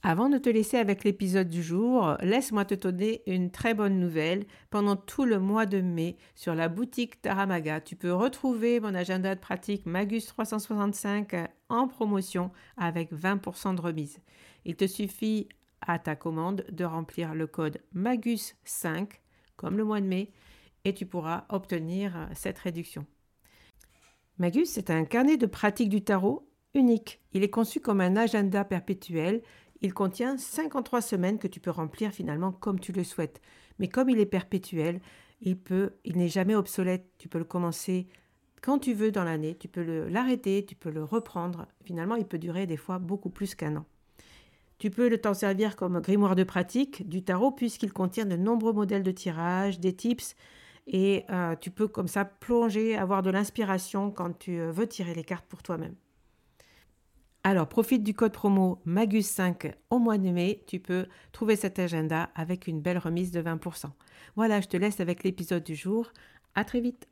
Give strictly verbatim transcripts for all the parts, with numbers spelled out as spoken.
Avant de te laisser avec l'épisode du jour, laisse-moi te donner une très bonne nouvelle. Pendant tout le mois de mai, sur la boutique Taramaga, tu peux retrouver mon agenda de pratique Magus trois cent soixante-cinq en promotion avec vingt pour cent de remise. Il te suffit à ta commande de remplir le code Magus cinq, comme le mois de mai, et tu pourras obtenir cette réduction. Magus, c'est un carnet de pratique du tarot unique. Il est conçu comme un agenda perpétuel. Il contient cinquante-trois semaines que tu peux remplir finalement comme tu le souhaites. Mais comme il est perpétuel, il peut, il n'est jamais obsolète. Tu peux le commencer quand tu veux dans l'année. Tu peux le, l'arrêter, tu peux le reprendre. Finalement, il peut durer des fois beaucoup plus qu'un an. Tu peux le t'en servir comme grimoire de pratique du tarot puisqu'il contient de nombreux modèles de tirage, des tips. Et euh, tu peux comme ça plonger, avoir de l'inspiration quand tu veux tirer les cartes pour toi-même. Alors, profite du code promo Magus cinq au mois de mai. Tu peux trouver cet agenda avec une belle remise de vingt pour cent. Voilà, je te laisse avec l'épisode du jour. À très vite.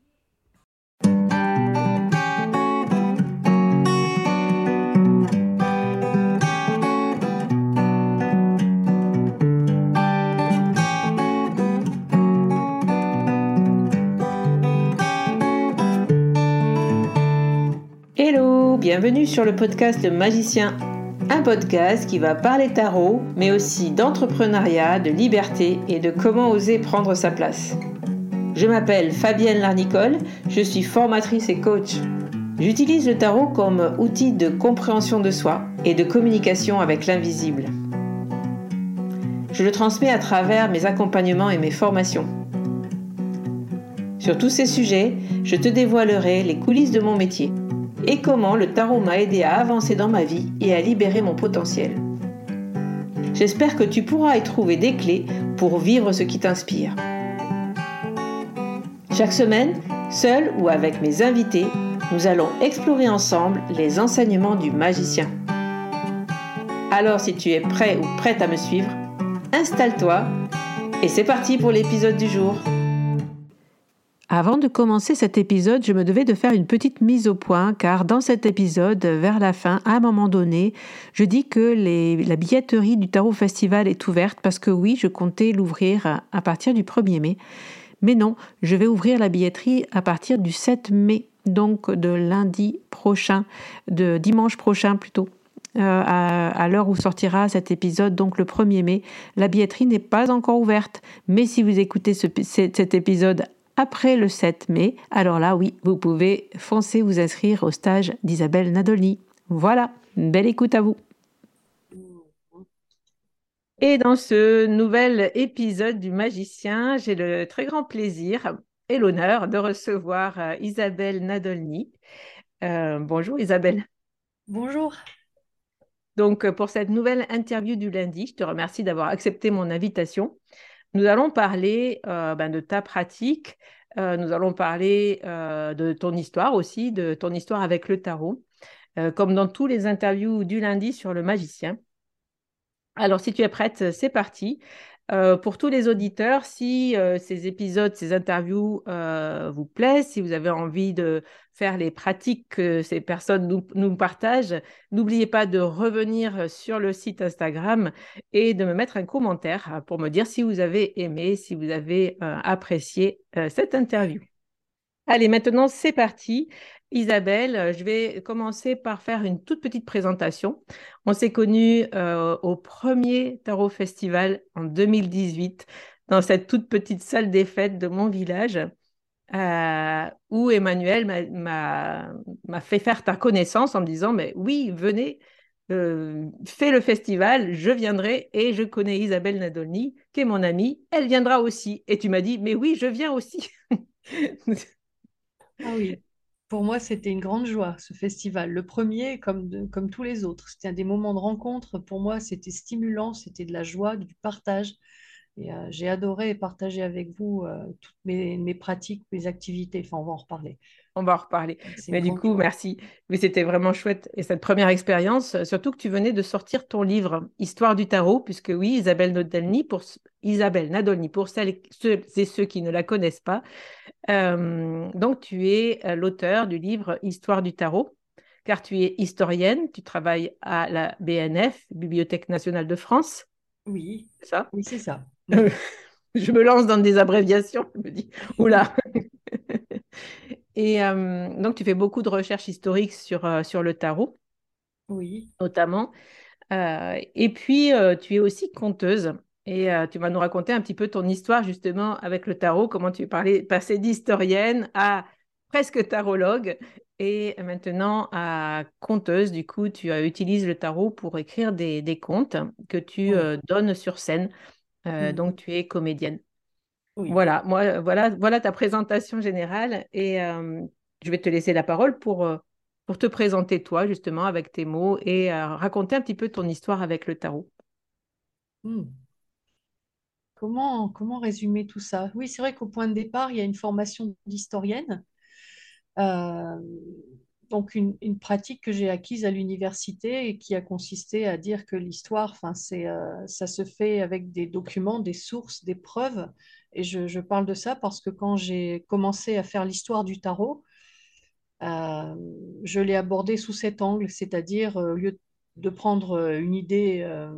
Hello, bienvenue sur le podcast Magicien, un podcast qui va parler tarot, mais aussi d'entrepreneuriat, de liberté et de comment oser prendre sa place. Je m'appelle Fabienne Larnicole, je suis formatrice et coach. J'utilise le tarot comme outil de compréhension de soi et de communication avec l'invisible. Je le transmets à travers mes accompagnements et mes formations. Sur tous ces sujets, je te dévoilerai les coulisses de mon métier et comment le tarot m'a aidé à avancer dans ma vie et à libérer mon potentiel. J'espère que tu pourras y trouver des clés pour vivre ce qui t'inspire. Chaque semaine, seul ou avec mes invités, nous allons explorer ensemble les enseignements du magicien. Alors si tu es prêt ou prête à me suivre, installe-toi et c'est parti pour l'épisode du jour. Avant de commencer cet épisode, je me devais de faire une petite mise au point car dans cet épisode, vers la fin, à un moment donné, je dis que les, la billetterie du Tarot Festival est ouverte parce que oui, je comptais l'ouvrir à partir du premier mai. Mais non, je vais ouvrir la billetterie à partir du sept mai, donc de lundi prochain, de dimanche prochain plutôt. Euh, à, à l'heure où sortira cet épisode, donc le premier mai, la billetterie n'est pas encore ouverte. Mais si vous écoutez ce, cet épisode après le sept mai, alors là, oui, vous pouvez foncer vous inscrire au stage d'Isabelle Nadolny. Voilà, une belle écoute à vous. Et dans ce nouvel épisode du Magicien, j'ai le très grand plaisir et l'honneur de recevoir euh, Isabelle Nadolny. Euh, bonjour Isabelle. Bonjour. Donc pour cette nouvelle interview du lundi, je te remercie d'avoir accepté mon invitation. Nous allons parler euh, ben, de ta pratique, euh, nous allons parler euh, de ton histoire aussi, de ton histoire avec le tarot, euh, comme dans tous les interviews du lundi sur le magicien. Alors, si tu es prête, c'est parti. Euh, pour tous les auditeurs, si euh, ces épisodes, ces interviews euh, vous plaisent, si vous avez envie de faire les pratiques que ces personnes nous, nous partagent, n'oubliez pas de revenir sur le site Instagram et de me mettre un commentaire pour me dire si vous avez aimé, si vous avez euh, apprécié euh, cette interview. Allez, maintenant, c'est parti. Isabelle, je vais commencer par faire une toute petite présentation. On s'est connus euh, au premier Tarot Festival en deux mille dix-huit, dans cette toute petite salle des fêtes de mon village, euh, où Emmanuel m'a, m'a, m'a fait faire ta connaissance en me disant, mais oui, venez, euh, fais le festival, je viendrai et je connais Isabelle Nadolny, qui est mon amie, elle viendra aussi. Et tu m'as dit, mais oui, je viens aussi. Ah oui, pour moi, c'était une grande joie, ce festival. Le premier, comme, de- comme tous les autres, c'était un des moments de rencontre. Pour moi, c'était stimulant, c'était de la joie, du partage. Et euh, j'ai adoré partager avec vous euh, toutes mes, mes pratiques, mes activités. Enfin, on va en reparler. On va en reparler. C'est une Mais du grande coup, joie. merci. Mais c'était vraiment chouette. Et cette première expérience, euh, surtout que tu venais de sortir ton livre Histoire du tarot, puisque oui, Isabelle Nadolny, pour Isabelle Nadolny, pour celles et ceux, et ceux qui ne la connaissent pas. Euh, donc, tu es euh, l'auteur du livre Histoire du tarot, car tu es historienne, tu travailles à la B N F, Bibliothèque nationale de France, Oui, c'est ça? oui, c'est ça. Mm. Je me lance dans des abréviations, je me dis, oula. Et euh, donc, tu fais beaucoup de recherches historiques sur, euh, sur le tarot, Oui, notamment. Euh, et puis, euh, tu es aussi conteuse. Et euh, tu vas nous raconter un petit peu ton histoire justement avec le tarot, comment tu es parlé- passée d'historienne à presque tarologue et maintenant à conteuse. Du coup, tu euh, utilises le tarot pour écrire des, des contes que tu oui, euh, donnes sur scène. Euh, mm, donc, tu es comédienne. oui. Voilà, moi, voilà, voilà ta présentation générale et euh, je vais te laisser la parole pour, euh, pour te présenter toi justement avec tes mots et euh, raconter un petit peu ton histoire avec le tarot. Mm. Comment, comment résumer tout ça? Oui, c'est vrai qu'au point de départ, il y a une formation d'historienne. Euh, donc une, une pratique que j'ai acquise à l'université et qui a consisté à dire que l'histoire, enfin, c'est, euh, ça se fait avec des documents, des sources, des preuves. Et je, je parle de ça parce que quand j'ai commencé à faire l'histoire du tarot, euh, je l'ai abordé sous cet angle, c'est-à-dire euh, au lieu de prendre une idée euh,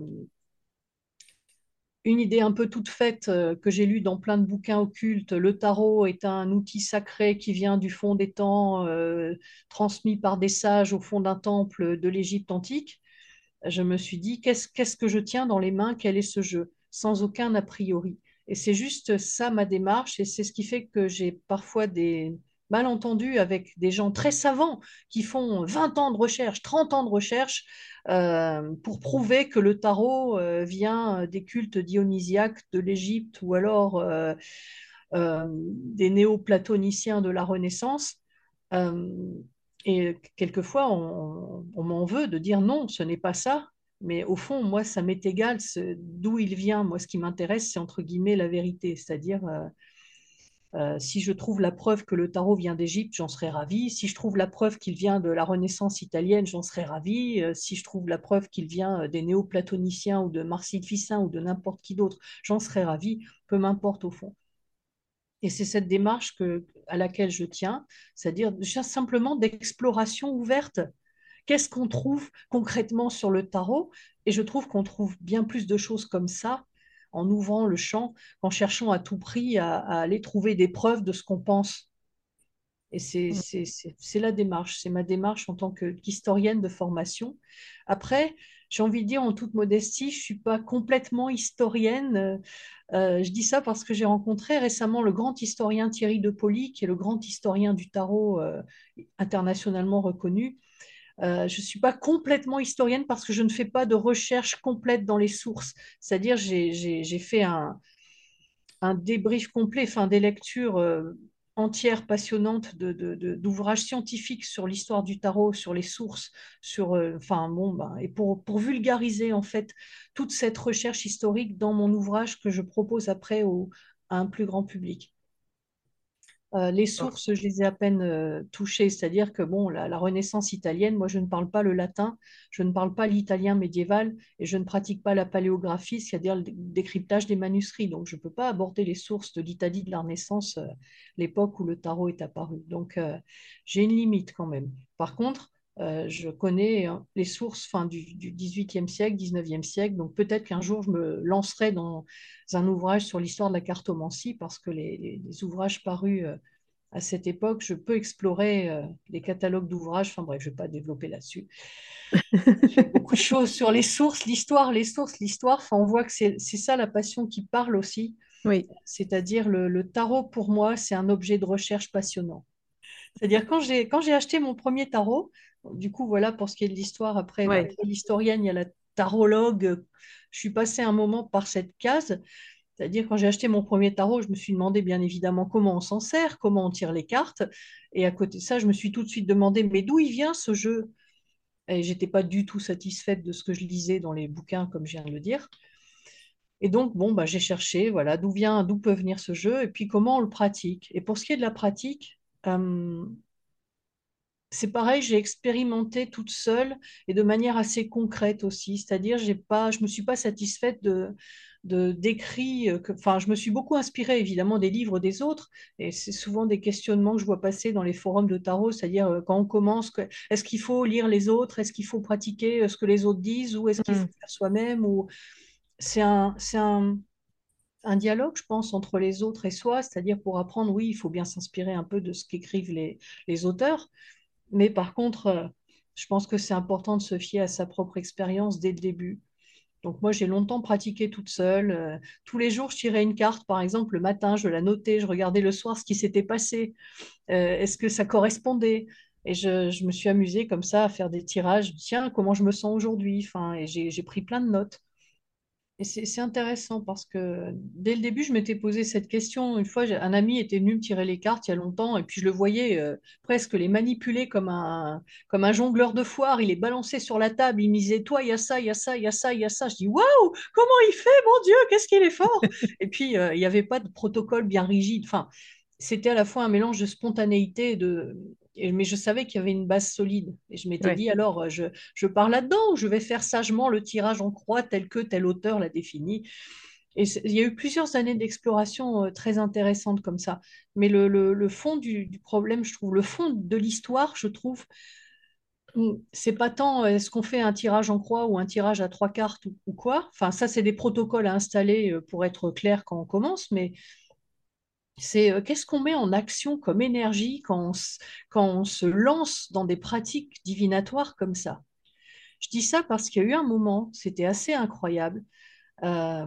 une idée un peu toute faite euh, que j'ai lue dans plein de bouquins occultes. Le tarot est un outil sacré qui vient du fond des temps, euh, transmis par des sages au fond d'un temple de l'Égypte antique. Je me suis dit, qu'est-ce qu'est-ce que je tiens dans les mains? Quel est ce jeu? Sans aucun a priori. Et c'est juste ça ma démarche, et c'est ce qui fait que j'ai parfois des malentendus avec des gens très savants qui font vingt ans de recherche, trente ans de recherche euh, pour prouver que le tarot euh, vient des cultes dionysiaques de l'Égypte ou alors euh, euh, des néo-platoniciens de la Renaissance. Euh, et quelquefois, on, on m'en veut de dire non, ce n'est pas ça. Mais au fond, moi, ça m'est égal d'où il vient. Moi, ce qui m'intéresse, c'est entre guillemets la vérité. C'est-à-dire, euh, euh, si je trouve la preuve que le tarot vient d'Égypte, j'en serais ravie. Si je trouve la preuve qu'il vient de la Renaissance italienne, j'en serais ravie. Euh, si je trouve la preuve qu'il vient des néo-platoniciens ou de Marcille Ficin ou de n'importe qui d'autre, j'en serais ravie. Peu m'importe au fond. Et c'est cette démarche que, à laquelle je tiens, c'est-à-dire déjà simplement d'exploration ouverte. Qu'est-ce qu'on trouve concrètement sur le tarot? Et je trouve qu'on trouve bien plus de choses comme ça en ouvrant le champ, qu'en cherchant à tout prix à, à aller trouver des preuves de ce qu'on pense. Et c'est c'est- c'est- c'est la démarche, c'est ma démarche en tant que- qu'historienne de formation. Après, j'ai envie de dire en toute modestie, je ne suis pas complètement historienne. Euh, euh, je dis ça parce que j'ai rencontré récemment le grand historien Thierry de Poly, qui est le grand historien du tarot euh, internationalement reconnu. Euh, je ne suis pas complètement historienne parce que je ne fais pas de recherche complète dans les sources. C'est-à-dire, j'ai j'ai- j'ai fait un, un débrief complet, enfin des lectures euh, entières, passionnantes de, de- de- d'ouvrages scientifiques sur l'histoire du tarot, sur les sources, sur, euh, enfin bon, ben, et pour, pour vulgariser en fait toute cette recherche historique dans mon ouvrage que je propose après au, à un plus grand public. Euh, les sources, je les ai à peine euh, touchées, c'est-à-dire que bon, la, la Renaissance italienne, moi je ne parle pas le latin, je ne parle pas l'italien médiéval et je ne pratique pas la paléographie, c'est-à-dire le décryptage des manuscrits. Donc je ne peux pas aborder les sources de l'Italie de la Renaissance, euh, l'époque où le tarot est apparu. Donc euh, j'ai une limite quand même. Par contre, euh, je connais hein, les sources fin, du, du dix-huitième siècle, dix-neuvième siècle, donc peut-être qu'un jour je me lancerai dans un ouvrage sur l'histoire de la cartomancie parce que les, les- les ouvrages parus euh, à cette époque, je peux explorer euh, les catalogues d'ouvrages. Enfin bref, je ne vais pas développer là-dessus. J'ai beaucoup de choses sur les sources, l'histoire, les sources, l'histoire. Enfin, on voit que c'est c'est ça la passion qui parle aussi. Oui, C'est-à-dire le, le tarot, pour moi, c'est un objet de recherche passionnant. C'est-à-dire quand j'ai quand j'ai acheté mon premier tarot, du coup, voilà, pour ce qui est de l'histoire, après, bah, oui. après l'historienne, il y a la tarologue. Je suis passée un moment par cette case. C'est-à-dire, quand j'ai acheté mon premier tarot, je me suis demandé bien évidemment comment on s'en sert, comment on tire les cartes. Et à côté de ça, je me suis tout de suite demandé, mais d'où il vient ce jeu? Et j'étais pas du tout satisfaite de ce que je lisais dans les bouquins, comme je viens de le dire. Et donc, bon, bah, j'ai cherché, voilà, d'où vient, d'où peut venir ce jeu, et puis comment on le pratique. Et pour ce qui est de la pratique, euh, c'est pareil, j'ai expérimenté toute seule et de manière assez concrète aussi. C'est-à-dire, j'ai pas, je me suis pas satisfaite de, de d'écrits. euh, que- Enfin, je me suis beaucoup inspirée évidemment des livres des autres, et c'est souvent des questionnements que je vois passer dans les forums de tarot, c'est-à-dire euh, quand on commence, que- est-ce qu'il faut lire les autres, est-ce qu'il faut pratiquer euh, ce que les autres disent, ou est-ce qu'il faut Mm. faire soi-même, ou c'est un, c'est un, un dialogue, je pense, entre les autres et soi, c'est-à-dire pour apprendre, oui, il faut bien s'inspirer un peu de ce qu'écrivent les, les auteurs, mais par contre, euh, je pense que c'est important de se fier à sa propre expérience dès le début. Donc moi, j'ai longtemps pratiqué toute seule. Euh, tous les jours, je tirais une carte, par exemple, le matin, je la notais, je regardais le soir ce qui s'était passé. Euh, est-ce que ça correspondait? Et je, je me suis amusée comme ça à faire des tirages. Tiens, comment je me sens aujourd'hui? Enfin, et j'ai j'ai pris plein de notes. Et c'est c'est intéressant parce que dès le début, je m'étais posé cette question. Une fois, j'ai- un ami était venu me tirer les cartes il y a longtemps et puis je le voyais euh, presque les manipuler comme un, comme un jongleur de foire. Il les balançait sur la table. Il me disait, toi, il y a ça, il y a ça, il y a ça, il y a ça. Je dis, waouh, comment il fait, mon Dieu, qu'est-ce qu'il est fort! Et puis, euh, il n'y avait pas de protocole bien rigide. Enfin, c'était à la fois un mélange de spontanéité et de. et- Mais je savais qu'il y avait une base solide. Et je m'étais Ouais. dit, alors, euh, je, je pars là-dedans ou je vais faire sagement le tirage en croix tel que tel auteur l'a défini. Et il y a eu plusieurs années d'exploration euh, très intéressantes comme ça. Mais le, le, le fond du, du, problème, je trouve, le fond de l'histoire, je trouve, c'est pas tant euh, est-ce qu'on fait un tirage en croix ou un tirage à trois cartes ou, ou quoi. Enfin, ça, c'est des protocoles à installer euh, pour être clair quand on commence, mais c'est euh, qu'est-ce qu'on met en action comme énergie quand on, s- quand on se lance dans des pratiques divinatoires comme ça. Je dis ça parce qu'il y a eu un moment, c'était assez incroyable. euh,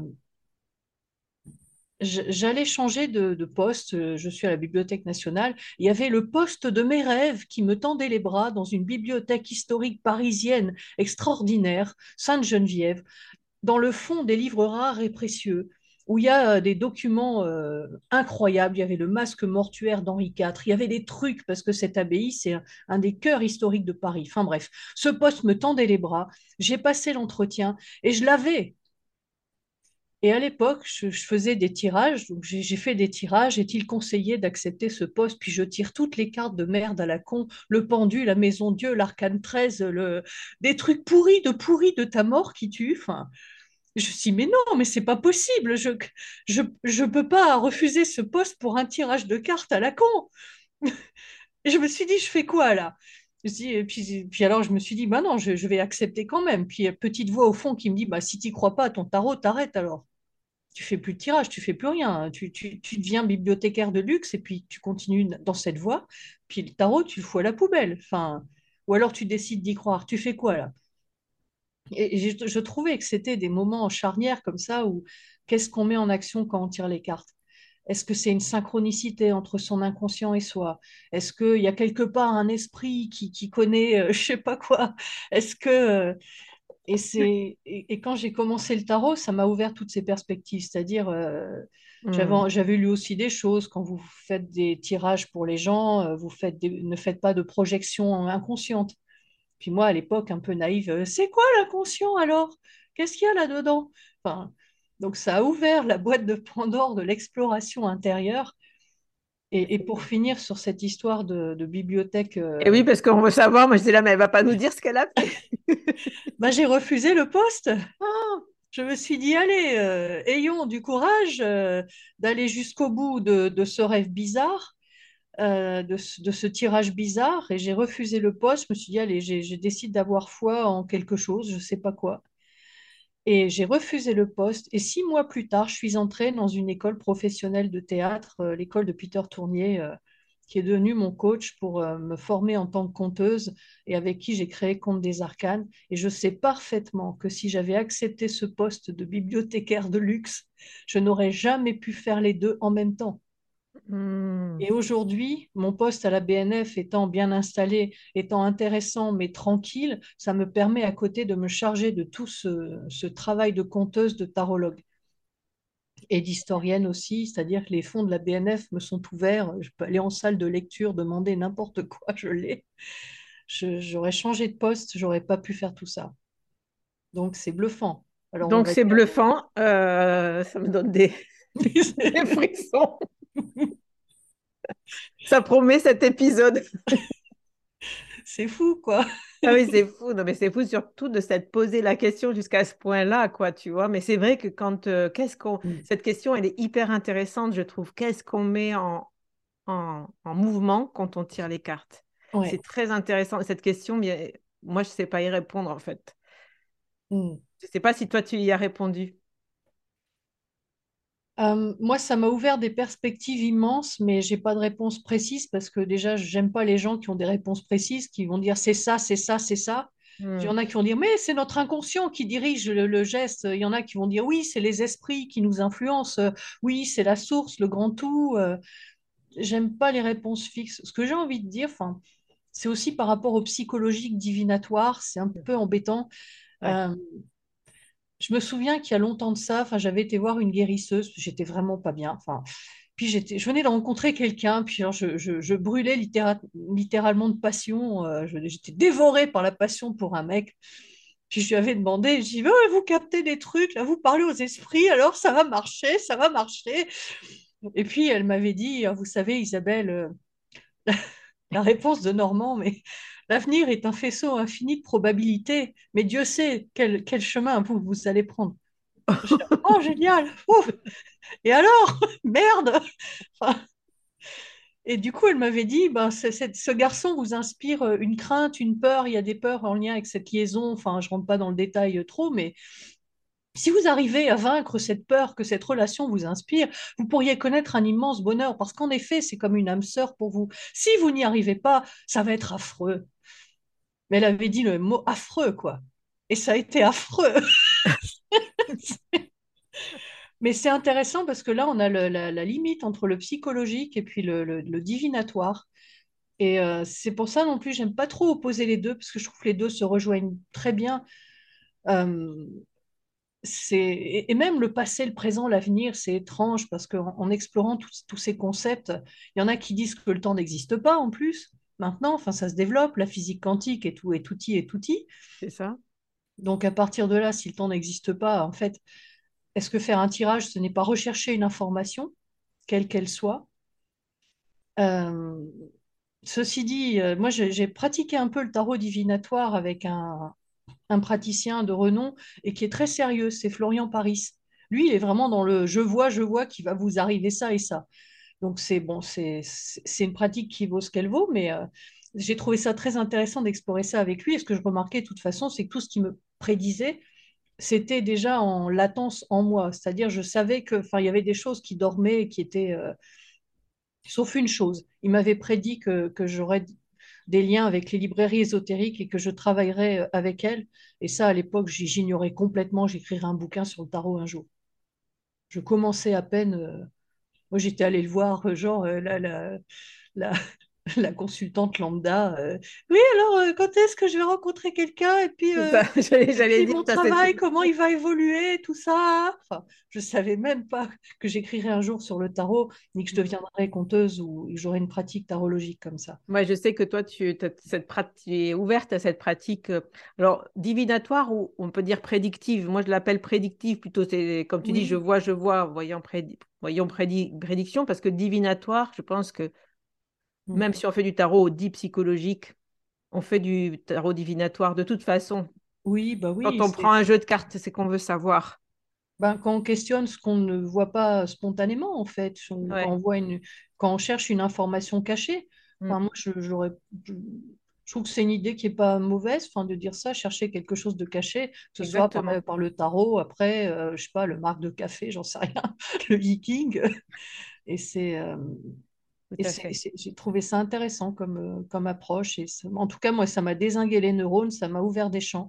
J'allais changer de, de poste, euh, je suis à la Bibliothèque nationale. Il y avait le poste de mes rêves qui me tendait les bras dans une bibliothèque historique parisienne extraordinaire, Sainte-Geneviève, dans le fond des livres rares et précieux, où il y a euh, des documents euh, incroyables. Il y avait le masque mortuaire d'Henri quatre, il y avait des trucs, parce que cette abbaye, c'est un, un des cœurs historiques de Paris. Enfin bref, ce poste me tendait les bras, j'ai passé l'entretien et je l'avais. Et à l'époque, je, je faisais des tirages, donc j'ai j'ai fait des tirages. Est-il conseillé d'accepter ce poste? Puis je tire toutes les cartes de merde à la con, le pendu, la maison Dieu, l'arcane treize, le... des trucs pourris de pourris de ta mort qui tue. Enfin, je me suis dit, mais non, mais c'est pas possible. Je, je, je peux pas refuser ce poste pour un tirage de cartes à la con. Et je me suis dit, je fais quoi là? Je dis, et puis, puis alors je me suis dit, bah non, je, je vais accepter quand même. Puis petite voix au fond qui me dit, bah si tu crois pas à ton tarot, t'arrêtes alors. Tu fais plus de tirage, tu fais plus rien. Tu, tu, tu deviens bibliothécaire de luxe et puis tu continues dans cette voie. Puis le tarot, tu le fous à la poubelle. Enfin, ou alors tu décides d'y croire. Tu fais quoi là? Et je, je trouvais que c'était des moments charnières comme ça où qu'est-ce qu'on met en action quand on tire les cartes? Est-ce que c'est une synchronicité entre son inconscient et soi? Est-ce qu'il y a quelque part un esprit qui, qui connaît euh, je sais pas quoi? Est-ce que euh, et c'est et, et quand j'ai commencé le tarot, ça m'a ouvert toutes ces perspectives. C'est-à-dire, euh, Mm. j'avais j'avais lu aussi des choses. Quand vous faites des tirages pour les gens, euh, vous faites des- ne faites pas de projection inconsciente. Puis moi, à l'époque, un peu naïve, euh, c'est quoi l'inconscient alors? Qu'est-ce qu'il y a là-dedans? Enfin, donc ça a ouvert la boîte de Pandore de l'exploration intérieure. Et, et pour finir sur cette histoire de, de bibliothèque, Et euh, oui, parce qu'on veut savoir, moi je dis là, mais elle va pas nous dire ce qu'elle a fait. bah, j'ai refusé le poste. Ah, je me suis dit, allez, euh, ayons du courage euh, d'aller jusqu'au bout de, de ce rêve bizarre, euh, de, ce de ce tirage bizarre. Et j'ai refusé le poste. Je me suis dit, allez, j'ai, je décide d'avoir foi en quelque chose, je ne sais pas quoi. Et j'ai refusé le poste. Et six mois plus tard, je suis entrée dans une école professionnelle de théâtre, euh, l'école de Peter Tournier, euh, qui est devenu mon coach pour euh, me former en tant que conteuse et avec qui j'ai créé Conte des Arcanes. Et je sais parfaitement que si j'avais accepté ce poste de bibliothécaire de luxe, je n'aurais jamais pu faire les deux en même temps. Mm. Et aujourd'hui, mon poste à la B N F étant bien installé, étant intéressant mais tranquille, ça me permet à côté de me charger de tout ce, ce travail de conteuse, de tarologue et d'historienne aussi, c'est-à-dire que les fonds de la B N F me sont ouverts, je peux aller en salle de lecture, demander n'importe quoi, je l'ai. Je- J'aurais changé de poste, j'aurais pas pu faire tout ça. Donc c'est bluffant. Alors on Donc va c'est dire, bluffant, euh, ça me donne des, des frissons. Ça promet cet épisode. C'est fou, quoi. Ah oui, c'est fou. Non, mais c'est fou surtout de s'être posé la question jusqu'à ce point-là, quoi, tu vois. Mais c'est vrai que quand, euh, qu'est-ce qu'on, Mm. cette question, elle est hyper intéressante, je trouve. Qu'est-ce qu'on met en, en, en mouvement quand on tire les cartes? Ouais. C'est très intéressant. Cette question, mais moi, je ne sais pas y répondre, en fait. Mm. Je ne sais pas si toi, tu y as répondu. Euh, moi, ça m'a ouvert des perspectives immenses, mais j'ai pas de réponse précise parce que déjà, j'aime pas les gens qui ont des réponses précises, qui vont dire c'est ça, c'est ça, c'est ça. Il y Hmm. en a qui vont dire mais c'est notre inconscient qui dirige le, le geste. Il y en a qui vont dire oui, c'est les esprits qui nous influencent. Oui, c'est la source, le grand tout. Euh, J'aime pas les réponses fixes. Ce que j'ai envie de dire, enfin, c'est aussi par rapport au psychologique divinatoire, c'est un peu embêtant. Ouais. Euh, je me souviens qu'il y a longtemps de ça, enfin, j'avais été voir une guérisseuse, j'étais vraiment pas bien. Enfin, puis j'étais, je venais de rencontrer quelqu'un, puis alors je, je- je brûlais littéra- littéralement de passion. Euh, je- j'étais dévorée par la passion pour un mec. Puis je lui avais demandé, je dis, ouais, vous captez des trucs, là, vous parlez aux esprits, alors ça va marcher, ça va marcher. Et puis elle m'avait dit, ah, vous savez, Isabelle, euh, la réponse de Normand, mais l'avenir est un faisceau infini de probabilités, mais Dieu sait quel, quel chemin vous, vous allez prendre. Je dis, oh, génial! Ouf. Et alors? Merde! Enfin, et du coup, elle m'avait dit, ben, c'est- c'est- ce garçon vous inspire euh, une crainte, une peur, il y a des peurs en lien avec cette liaison, enfin, je rentre pas dans le détail euh, trop, mais si vous arrivez à vaincre cette peur que cette relation vous inspire, vous pourriez connaître un immense bonheur, parce qu'en effet, c'est comme une âme sœur pour vous. Si vous n'y arrivez pas, ça va être affreux. Mais elle avait dit le mot affreux, quoi. Et ça a été affreux. Mais c'est intéressant parce que là, on a le- la, la limite entre le psychologique et puis le, le- le divinatoire. Et euh, c'est pour ça non plus, j'aime pas trop opposer les deux parce que je trouve que les deux se rejoignent très bien. Euh, c'est, et, et même le passé, le présent, l'avenir, c'est étrange parce qu'en en explorant tous tous ces concepts, il y en a qui disent que le temps n'existe pas en plus. Maintenant, enfin, ça se développe, la physique quantique et tout, et touti et touti. C'est ça? Donc à partir de là, si le temps n'existe pas, en fait, est-ce que faire un tirage, ce n'est pas rechercher une information, quelle qu'elle soit? Euh, Ceci dit, euh, moi j'ai j'ai pratiqué un peu le tarot divinatoire avec un, un praticien de renom et qui est très sérieux, c'est Florian Paris. Lui, il est vraiment dans le je vois, je vois qu'il va vous arriver ça et ça. Donc c'est bon, c'est c'est une pratique qui vaut ce qu'elle vaut, mais euh, j'ai trouvé ça très intéressant d'explorer ça avec lui. Et ce que je remarquais de toute façon, c'est que tout ce qui me prédisait, c'était déjà en latence en moi. C'est-à-dire, je savais que, enfin, il y avait des choses qui dormaient et qui étaient, euh, sauf une chose. Il m'avait prédit que, que j'aurais des liens avec les librairies ésotériques et que je travaillerais euh, avec elles. Et ça, à l'époque, j- j'ignorais complètement. J'écrirais un bouquin sur le tarot un jour. Je commençais à peine. euh, Moi, j'étais allée le voir, euh, genre, euh, la, la, la, la consultante lambda. euh, oui, alors, euh, quand est-ce que je vais rencontrer quelqu'un? Et puis, C'est euh, ça. J'allais, et j'allais puis dire mon ça, c'est travail, comment il va évoluer, tout ça. Enfin, je savais même pas que j'écrirais un jour sur le tarot, ni que je tout. deviendrais conteuse ou que j'aurais une pratique tarologique comme ça. Moi, je sais que toi, tu, t'as cette prat- tu es ouverte à cette pratique, euh, alors divinatoire ou on peut dire prédictive. Moi, je l'appelle prédictive plutôt. C'est comme tu dis, je Oui. vois, je vois, voyons, prédi- voyons prédi- prédiction, parce que divinatoire, je pense que Mm. même si on fait du tarot dit psychologique, on fait du tarot divinatoire de toute façon. Oui, bah Quand oui, on prend c'est un jeu de cartes, c'est qu'on veut savoir. ben, quand on questionne ce qu'on ne voit pas spontanément, en fait, on- quand Ouais. on voit une, quand on cherche une information cachée. Mm. Enfin, moi, je, j'aurais, je, je trouve que c'est une idée qui est pas mauvaise, enfin, de dire ça, chercher quelque chose de caché, que ce soit par, Exactement. par le tarot, après, euh, je sais pas, le marc de café, j'en sais rien, le viking. Et c'est, euh, Tout et à c'est, fait. c'est- j'ai trouvé ça intéressant comme, euh, comme approche. Et ça- en tout cas, moi, ça m'a dézingué les neurones, ça m'a ouvert des champs.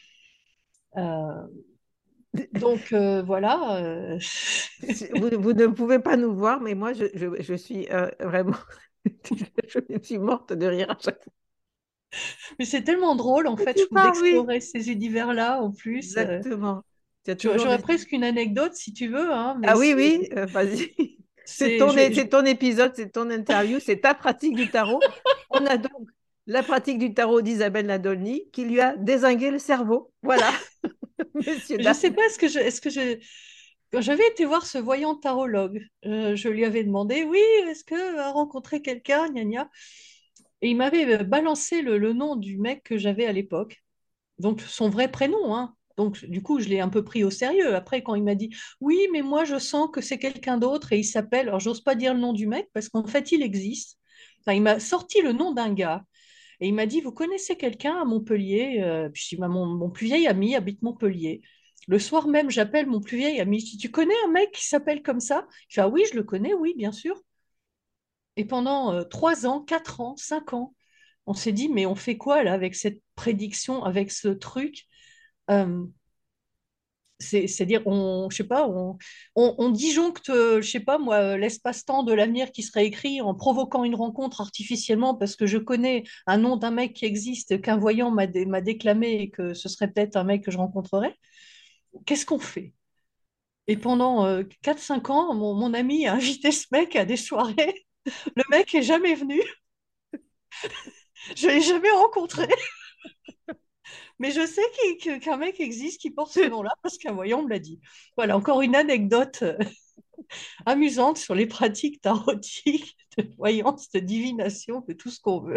Euh, donc, euh, voilà. euh, Si- Vous, vous ne pouvez pas nous voir, mais moi, je, je- je suis euh, vraiment, je suis morte de rire à chaque fois Mais c'est tellement drôle, en que fait, tu je trouve, parles, oui. d'explorer ces univers-là, en plus. Euh, Exactement. Tu as j'aurais toujours j'aurais des... presque une anecdote, si tu veux, hein, mais Ah oui, c'est, oui, euh, vas-y. C'est c'est, ton, je, é- je- c'est ton épisode, c'est ton interview, c'est ta pratique du tarot. On a donc la pratique du tarot d'Isabelle Nadolny qui lui a dézingué le cerveau. Voilà, messieurs, je dames. sais pas, est-ce que je, est-ce que je, quand j'avais été voir ce voyant tarologue, euh, je lui avais demandé, oui, est-ce que va rencontrer quelqu'un, gna gna. Et il m'avait euh, balancé le, le nom du mec que j'avais à l'époque, donc son vrai prénom, hein. Donc, du coup, je l'ai un peu pris au sérieux. Après, quand il m'a dit, oui, mais moi, je sens que c'est quelqu'un d'autre et il s'appelle, alors j'ose pas dire le nom du mec parce qu'en fait, il existe. Enfin, il m'a sorti le nom d'un gars et il m'a dit, vous connaissez quelqu'un à Montpellier? Euh, Puis je dis, bah, mon, mon plus vieil ami habite Montpellier. Le soir même, j'appelle mon plus vieil ami. Je dis, tu connais un mec qui s'appelle comme ça? Il fait, ah oui, je le connais, oui, bien sûr. Et pendant euh, trois ans, quatre ans, cinq ans, on s'est dit, mais on fait quoi là avec cette prédiction, avec ce truc? Euh, c'est, c'est-à-dire, on, je sais pas, on, on, on disjoncte, euh, je sais pas moi, l'espace-temps de l'avenir qui serait écrit en provoquant une rencontre artificiellement parce que je connais un nom d'un mec qui existe, qu'un voyant m'a dé- m'a déclamé et que ce serait peut-être un mec que je rencontrerais. Qu'est-ce qu'on fait? Et pendant euh, quatre cinq ans, mon, mon ami a invité ce mec à des soirées. Le mec est jamais venu. Je l'ai jamais rencontré. Mais je sais qu'il- que- qu'un mec existe qui porte ce nom-là parce qu'un voyant me l'a dit. Voilà, encore une anecdote euh, amusante sur les pratiques tarotiques, de voyance, de divination, de tout ce qu'on veut.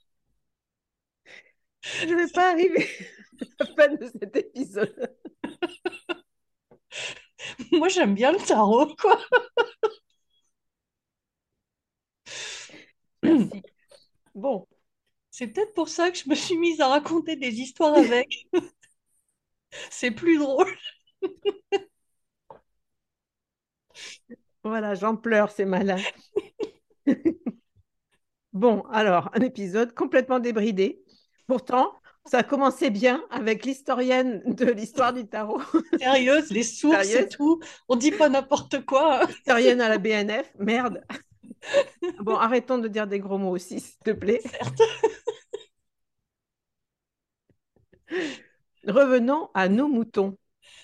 Je ne vais pas arriver à la fin de cet épisode. Moi, j'aime bien le tarot, quoi. Merci. Bon, C'est peut-être pour ça que je me suis mise à raconter des histoires avec. C'est plus drôle. voilà, j'en pleure, c'est malin. Bon, alors, un épisode complètement débridé. Pourtant, ça a commencé bien avec l'historienne de l'histoire du tarot. Sérieuse, les sources et Sérieuse, tout. On dit pas n'importe quoi. historienne à la B N F, merde. Bon, arrêtons de dire des gros mots aussi, s'il te plaît. Certes. Revenons à nos moutons.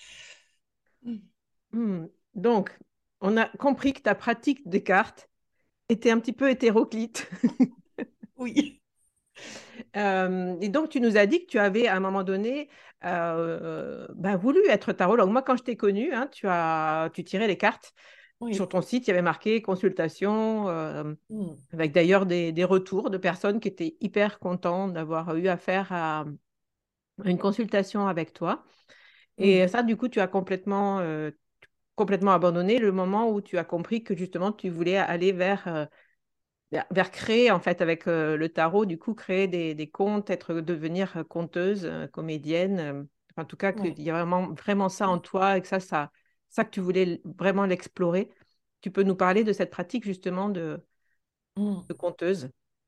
Hmm. Donc, on a compris que ta pratique des cartes était un petit peu hétéroclite. Oui. Euh, et donc, tu nous as dit que tu avais, à un moment donné, euh, ben, voulu être tarologue. Moi, quand je t'ai connu, hein, tu as, tu tirais les cartes. Sur Oui. ton site, il y avait marqué consultation, euh, Hmm. avec d'ailleurs des, des retours de personnes qui étaient hyper contents d'avoir eu affaire à une consultation avec toi. Hmm. Et ça, du coup, tu as complètement, euh, complètement abandonné le moment où tu as compris que justement, tu voulais aller vers, euh, vers, vers créer, en fait, avec euh, le tarot, du coup, créer des, des contes, être, devenir euh, conteuse, euh, comédienne. euh, en tout cas, Ouais. qu'il y a vraiment, vraiment ça en toi et que ça, ça, ça que tu voulais l- vraiment l'explorer. Tu peux nous parler de cette pratique, justement, de, Hmm. de conteuse?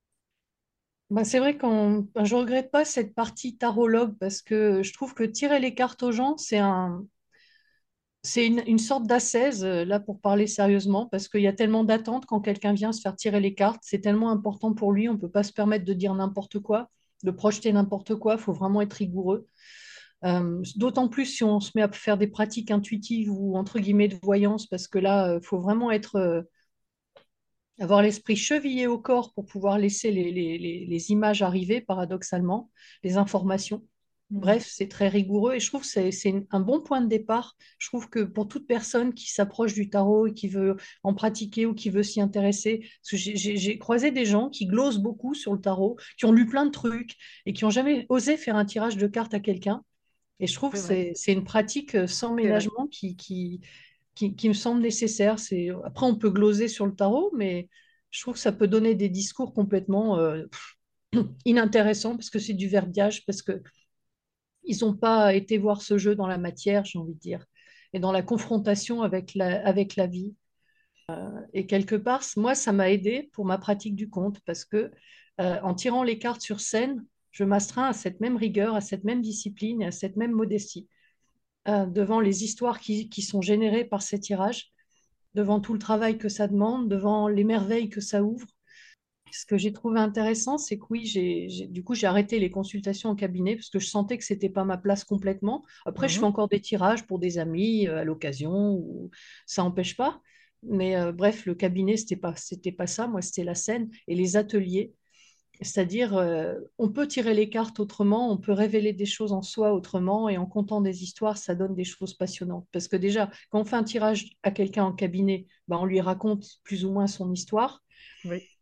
Bah, c'est vrai qu'on, ben, je regrette pas cette partie tarologue parce que je trouve que tirer les cartes aux gens, c'est un, c'est une, une sorte d'ascèse, euh, là, pour parler sérieusement, parce qu'il y a tellement d'attentes quand quelqu'un vient se faire tirer les cartes. C'est tellement important pour lui, on ne peut pas se permettre de dire n'importe quoi, de projeter n'importe quoi. Il faut vraiment être rigoureux. Euh, d'autant plus si on se met à faire des pratiques intuitives ou, entre guillemets, de voyance, parce que là, il faut vraiment être, euh, avoir l'esprit chevillé au corps pour pouvoir laisser les, les- les- les images arriver, paradoxalement, les informations. Mm. Bref, c'est très rigoureux et je trouve que c'est c'est une- un bon point de départ. Je trouve que pour toute personne qui s'approche du tarot et qui veut en pratiquer ou qui veut s'y intéresser, parce que j'ai j'ai- j'ai croisé des gens qui glosent beaucoup sur le tarot, qui ont lu plein de trucs et qui n'ont jamais osé faire un tirage de cartes à quelqu'un. Et je trouve que C'est vrai, c'est c'est une pratique euh, sans c'est vrai. ménagement qui, qui, qui, qui me semble nécessaire. C'est, après, on peut gloser sur le tarot, mais je trouve que ça peut donner des discours complètement euh, inintéressants parce que c'est du verbiage, parce que ils n'ont pas été voir ce jeu dans la matière, j'ai envie de dire, et dans la confrontation avec la, avec la vie. Et quelque part, moi, ça m'a aidé pour ma pratique du conte parce que euh, en tirant les cartes sur scène, je m'astreins à cette même rigueur, à cette même discipline et à cette même modestie euh, devant les histoires qui, qui sont générées par ces tirages, devant tout le travail que ça demande, devant les merveilles que ça ouvre. Ce que j'ai trouvé intéressant, c'est que oui, j'ai, j'ai- du coup, j'ai arrêté les consultations en cabinet parce que je sentais que c'était pas ma place complètement. Après, je fais Mhm. encore des tirages pour des amis euh, à l'occasion, ou ça n'empêche pas. Mais euh, bref, le cabinet, c'était pas, c'était pas ça. Moi, c'était la scène et les ateliers. C'est-à-dire, euh, on peut tirer les cartes autrement, on peut révéler des choses en soi autrement, et en contant des histoires, ça donne des choses passionnantes. Parce que déjà, quand on fait un tirage à quelqu'un en cabinet, ben, on lui raconte plus ou moins son histoire. Oui,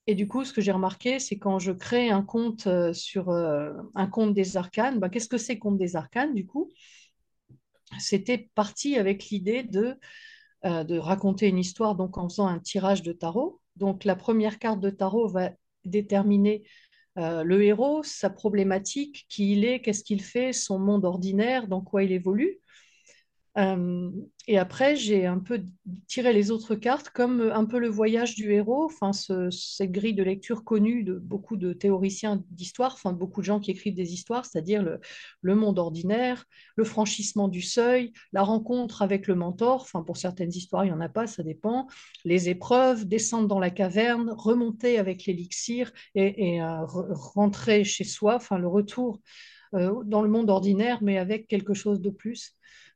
Et du coup, ce que j'ai remarqué, c'est quand je crée un compte euh, sur euh, un compte des arcanes, bah, qu'est-ce que c'est compte des arcanes du coup? C'était parti avec l'idée de, euh, de raconter une histoire donc en faisant un tirage de tarot. Donc la première carte de tarot va déterminer euh, le héros, sa problématique, qui il est, qu'est-ce qu'il fait, son monde ordinaire, dans quoi il évolue. Euh, et après, j'ai un peu tiré les autres cartes comme un peu le voyage du héros, enfin, ce- cette grille de lecture connue de beaucoup de théoriciens d'histoire, enfin, beaucoup de gens qui écrivent des histoires, c'est-à-dire le, le monde ordinaire, le franchissement du seuil, la rencontre avec le mentor, enfin, pour certaines histoires, il n'y en a pas, ça dépend, les épreuves, descendre dans la caverne, remonter avec l'élixir et, et euh, re- rentrer chez soi, enfin, le retour euh, dans le monde ordinaire, mais avec quelque chose de plus.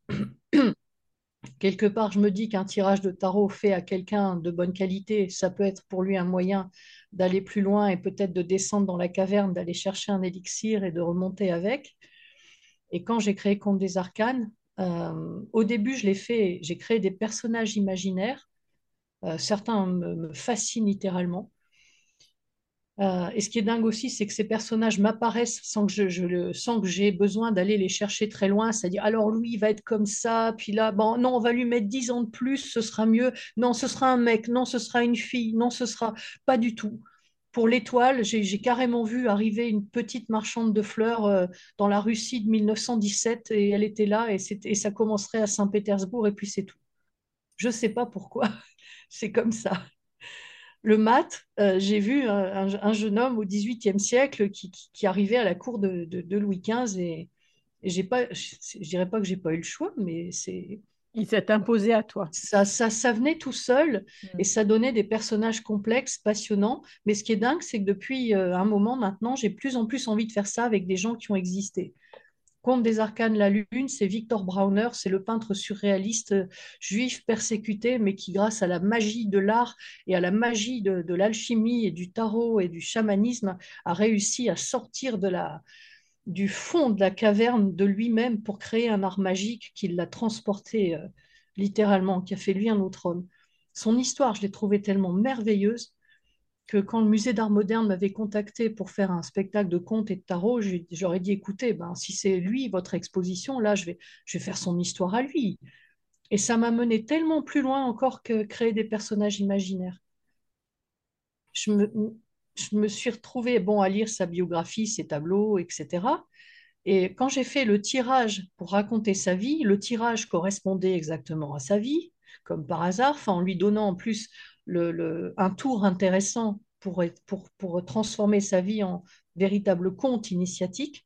Quelque part, je me dis qu'un tirage de tarot fait à quelqu'un de bonne qualité, ça peut être pour lui un moyen d'aller plus loin et peut-être de descendre dans la caverne, d'aller chercher un élixir et de remonter avec. Et quand j'ai créé Conte des Arcanes, euh, au début, je l'ai fait, j'ai créé des personnages imaginaires. Euh, certains me, me fascinent littéralement. Euh, et ce qui est dingue aussi, c'est que ces personnages m'apparaissent sans que je, je le, sans que j'ai besoin d'aller les chercher très loin. C'est-à-dire, alors lui, il va être comme ça, puis là, bon, non, on va lui mettre dix ans de plus, ce sera mieux. Non, ce sera un mec, non, ce sera une fille, non, ce sera pas du tout. Pour l'étoile, j'ai j'ai carrément vu arriver une petite marchande de fleurs euh, dans la Russie de mille neuf cent dix-sept et elle était là et, c'était- et ça commencerait à Saint-Pétersbourg et puis c'est tout. Je sais pas pourquoi, c'est comme ça. Le mat, euh, j'ai vu un, un- un jeune homme au dix-huitième siècle qui, qui- qui arrivait à la cour de, de- de Louis quinze et, et j'ai pas, je, je dirais pas que j'ai pas eu le choix, mais c'est Il s'est imposé à toi. ça, ça, ça venait tout seul et Mm. ça donnait des personnages complexes, passionnants. Mais ce qui est dingue, c'est que depuis euh, un moment maintenant, j'ai de plus en plus envie de faire ça avec des gens qui ont existé. Conte des Arcanes, la Lune, c'est Victor Brauner, c'est le peintre surréaliste euh, juif persécuté, mais qui, grâce à la magie de l'art et à la magie de, de l'alchimie et du tarot et du chamanisme, a réussi à sortir de la, du fond de la caverne de lui-même pour créer un art magique qui l'a transporté euh, littéralement, qui a fait lui un autre homme. Son histoire, je l'ai trouvée tellement merveilleuse que quand le musée d'art moderne m'avait contacté pour faire un spectacle de contes et de tarot, j'aurais dit, écoutez, ben, si c'est lui, votre exposition, là, je vais, je vais faire son histoire à lui. Et ça m'a mené tellement plus loin encore que créer des personnages imaginaires. Je me, je me suis retrouvée bon, à lire sa biographie, ses tableaux, et cetera. Et quand j'ai fait le tirage pour raconter sa vie, le tirage correspondait exactement à sa vie, comme par hasard, enfin, en lui donnant en plus le, le- un tour intéressant pour, être- pour, pour transformer sa vie en véritable conte initiatique.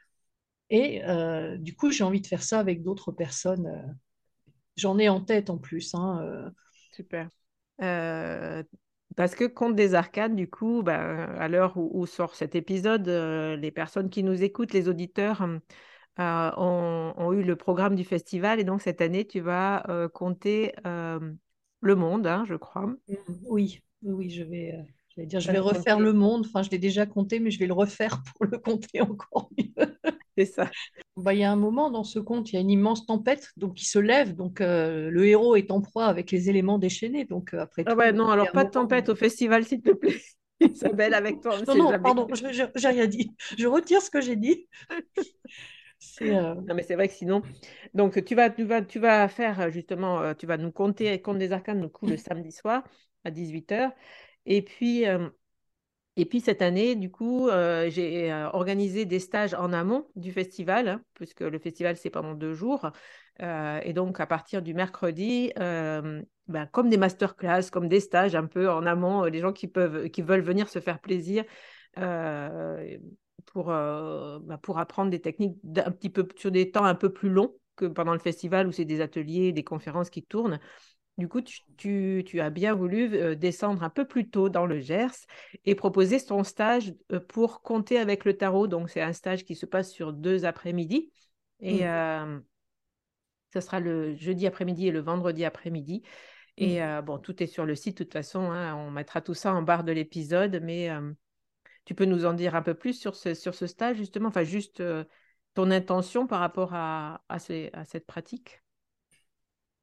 Et euh, du coup, j'ai envie de faire ça avec d'autres personnes. euh, J'en ai en tête en plus, hein, euh. Super. Euh, Parce que Conte des Arcades, du coup, ben, à l'heure où, où sort cet épisode, euh, les personnes qui nous écoutent, les auditeurs, euh, ont, ont eu le programme du festival. Et donc, cette année, tu vas euh, compter euh, le monde, hein, je crois. Mm, Oui, oui, oui, je vais, euh, je vais dire, Tu je vas vais le refaire le compter. monde. Enfin, je l'ai déjà compté, mais je vais le refaire pour le compter encore mieux. C'est ça. Bah, il y a un moment dans ce conte, il y a une immense tempête donc, qui se lève. Donc, euh, le héros est en proie avec les éléments déchaînés. Donc, euh, après Ah ouais, tout, non, il y a alors un pas de moment. tempête au festival, s'il te plaît. Isabelle, avec toi, on ne Non, sait non, jamais. pardon, je- je- j'ai rien dit. Je retire ce que j'ai dit. C'est euh, Non, mais c'est vrai que sinon. Donc, tu vas, tu vas, tu vas faire euh, justement, euh, tu vas nous compter Conte des Arcanes, du coup, le samedi soir à dix-huit heures. Et puis, euh, et puis cette année, du coup, euh, j'ai euh, organisé des stages en amont du festival, hein, puisque le festival, c'est pendant deux jours. Euh, et donc, à partir du mercredi, euh, ben, comme des masterclass, comme des stages un peu en amont, euh, les gens qui peuvent, qui veulent venir se faire plaisir euh, pour, euh, ben, pour apprendre des techniques d'un petit peu sur des temps un peu plus longs que pendant le festival où c'est des ateliers, des conférences qui tournent. Du coup, tu, tu- tu as bien voulu euh, descendre un peu plus tôt dans le Gers et proposer ton stage euh, pour compter avec le tarot. Donc, c'est un stage qui se passe sur deux après-midi. Et mm, euh, ce sera le jeudi après-midi et le vendredi après-midi. Et mm. euh, bon, tout est sur le site, de toute façon, hein, on mettra tout ça en barre de l'épisode. Mais euh, tu peux nous en dire un peu plus sur ce, sur ce stage, justement, enfin, juste euh, ton intention par rapport à, à, ces- à cette pratique.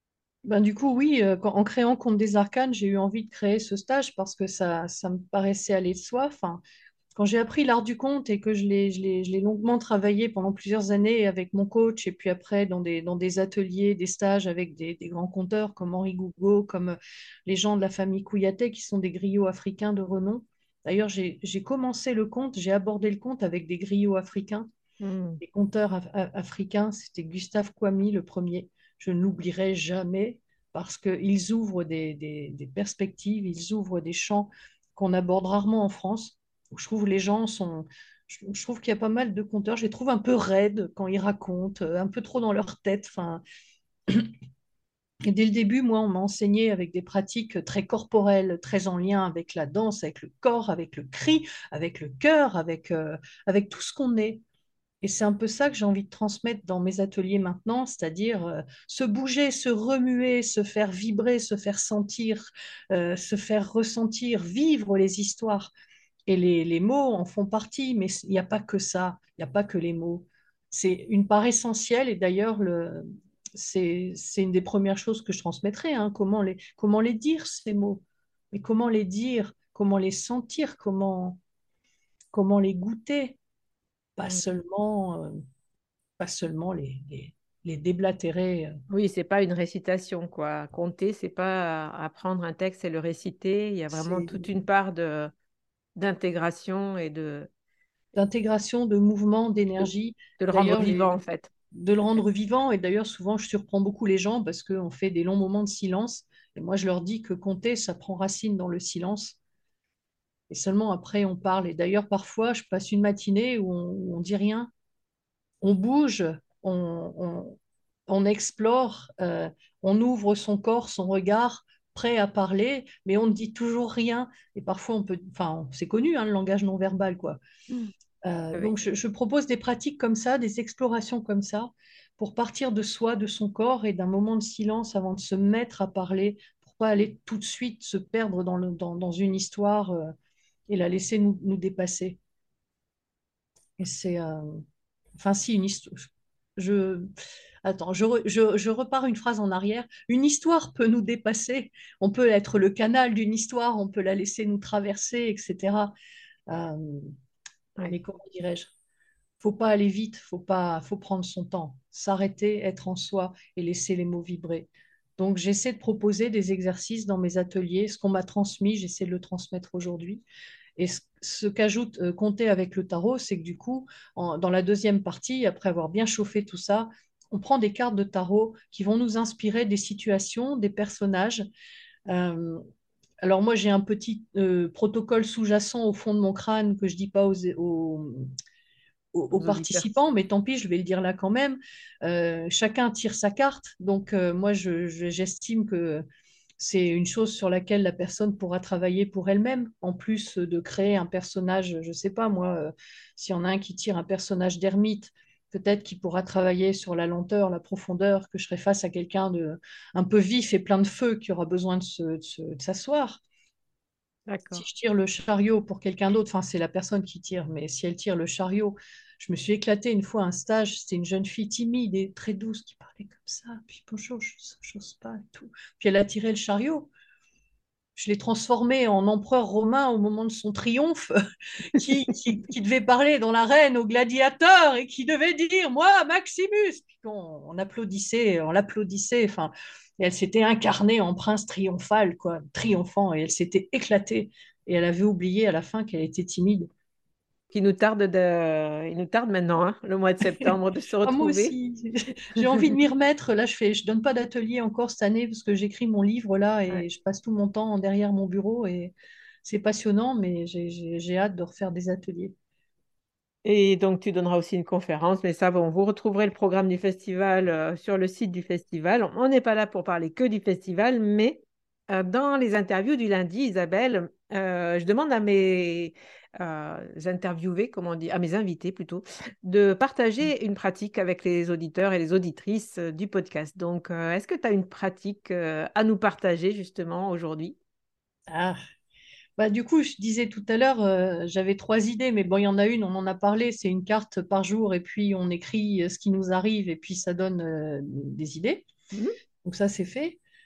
Ben, du coup, oui, euh, quand- en créant Conte des Arcanes, j'ai eu envie de créer ce stage parce que ça, ça me paraissait aller de soi. Enfin, quand j'ai appris l'art du conte et que je l'ai, je l'ai, je l'ai longuement travaillé pendant plusieurs années avec mon coach et puis après dans des, dans des ateliers, des stages avec des, des grands conteurs comme Henri Gougo, comme euh, les gens de la famille Kouyaté qui sont des griots africains de renom. D'ailleurs, j'ai, j'ai commencé le conte, j'ai abordé le conte avec des griots africains, Hmm. des conteurs af- af- africains. C'était Gustave Kwame le premier. Je ne l'oublierai jamais parce qu'ils ouvrent des, des- des perspectives, ils ouvrent des champs qu'on aborde rarement en France. Je trouve les gens sont... Je, je trouve qu'il y a pas mal de conteurs. Je les trouve un peu raides quand ils racontent, euh, un peu trop dans leur tête. Enfin, et dès le début, moi, on m'a enseigné avec des pratiques très corporelles, très en lien avec la danse, avec le corps, avec le cri, avec le cœur, avec, euh, avec tout ce qu'on est. Et c'est un peu ça que j'ai envie de transmettre dans mes ateliers maintenant, c'est-à-dire euh, se bouger, se remuer, se faire vibrer, se faire sentir, euh, se faire ressentir, vivre les histoires. Et les, les mots en font partie, mais il n'y a pas que ça, il n'y a pas que les mots. C'est une part essentielle, et d'ailleurs, le, c'est, c'est une des premières choses que je transmettrai, hein, comment les, comment les dire, ces mots, mais comment les dire, comment les sentir, comment, comment les goûter, pas Hmm. seulement... euh, pas seulement les, les, les déblatérer. euh, Oui, c'est pas une récitation, quoi. Compter, c'est pas apprendre un texte et le réciter. Il y a vraiment C'est toute une part de d'intégration et de, d'intégration, de mouvement, de, d'énergie. de le rendre D'ailleurs, vivant, les, en fait. de le rendre vivant. Et d'ailleurs, souvent, je surprends beaucoup les gens parce qu'on fait des longs moments de silence. Et moi, je leur dis que compter, ça prend racine dans le silence. Et seulement après, on parle. Et d'ailleurs, parfois, je passe une matinée où on, où on dit rien. On bouge, on, on, on explore, euh, on ouvre son corps, son regard, prêt à parler, mais on ne dit toujours rien. Et parfois, on peut, enfin, c'est connu, hein, le langage non verbal, quoi. Hmm. Euh, Oui. donc, je, je propose des pratiques comme ça, des explorations comme ça, pour partir de soi, de son corps et d'un moment de silence avant de se mettre à parler, pour pas aller tout de suite se perdre dans, le, dans, dans une histoire euh, et la laisser nous, nous dépasser. Et c'est, euh, enfin, si, une histoire. Je... Attends, je, re- je, je repars une phrase en arrière. Une histoire peut nous dépasser. On peut être le canal d'une histoire, on peut la laisser nous traverser, et cetera. Euh, Ouais. mais comment dirais-je? Faut pas aller vite, faut pas, faut prendre son temps, s'arrêter, être en soi et laisser les mots vibrer. Donc, j'essaie de proposer des exercices dans mes ateliers. Ce qu'on m'a transmis, j'essaie de le transmettre aujourd'hui. Et ce, ce qu'ajoute euh, Compter avec le tarot, c'est que du coup, en- dans la deuxième partie, après avoir bien chauffé tout ça, on prend des cartes de tarot qui vont nous inspirer des situations, des personnages. Euh, alors moi, j'ai un petit euh, protocole sous-jacent au fond de mon crâne que je dis pas aux, aux, aux- aux Aux auditeurs. participants, mais tant pis, je vais le dire là quand même. Euh, chacun tire sa carte. Donc euh, moi, je, je- j'estime que c'est une chose sur laquelle la personne pourra travailler pour elle-même, en plus de créer un personnage, je ne sais pas moi, euh, s'il y en a un qui tire un personnage d'ermite, peut-être qu'il pourra travailler sur la lenteur, la profondeur, que je serai face à quelqu'un de un peu vif et plein de feu qui aura besoin de, se- de se- de s'asseoir. Si D'accord. je tire le chariot pour quelqu'un d'autre, enfin c'est la personne qui tire, mais si elle tire le chariot, je me suis éclatée une fois à un stage, c'était une jeune fille timide et très douce qui parlait comme ça, puis bonjour, je n'ose pas et tout. Puis elle a tiré le chariot, je l'ai transformé en empereur romain au moment de son triomphe, qui, qui, qui devait parler dans l'arène aux gladiateurs et qui devait dire moi, Maximus. Puis on, on applaudissait, on l'applaudissait. Enfin, et elle s'était incarnée en prince triomphal, quoi, triomphant, et elle s'était éclatée. Et elle avait oublié à la fin qu'elle était timide. Qui nous tarde de... Il nous tarde maintenant, hein, le mois de septembre, de se Ah, moi retrouver. aussi, j'ai envie de m'y remettre. Là, je fais, je donne pas d'atelier encore cette année parce que j'écris mon livre là Ouais. et je passe tout mon temps derrière mon bureau et c'est passionnant, mais j'ai j'ai- j'ai hâte de refaire des ateliers. Et donc, tu donneras aussi une conférence, mais ça, bon, vous retrouverez le programme du festival euh, sur le site du festival. On n'est pas là pour parler que du festival, mais euh, dans les interviews du lundi, Isabelle, euh, je demande à mes euh, interviewés, comment on dit, à mes invités plutôt, de partager une pratique avec les auditeurs et les auditrices euh, du podcast. Donc, euh, est-ce que tu as une pratique euh, à nous partager justement aujourd'hui? Ah, bah, du coup, je disais tout à l'heure, euh, j'avais trois idées, mais bon, il y en a une, on en a parlé, c'est une carte par jour et puis on écrit euh, ce qui nous arrive et puis ça donne euh, des idées. Mhm. Donc ça, c'est fait.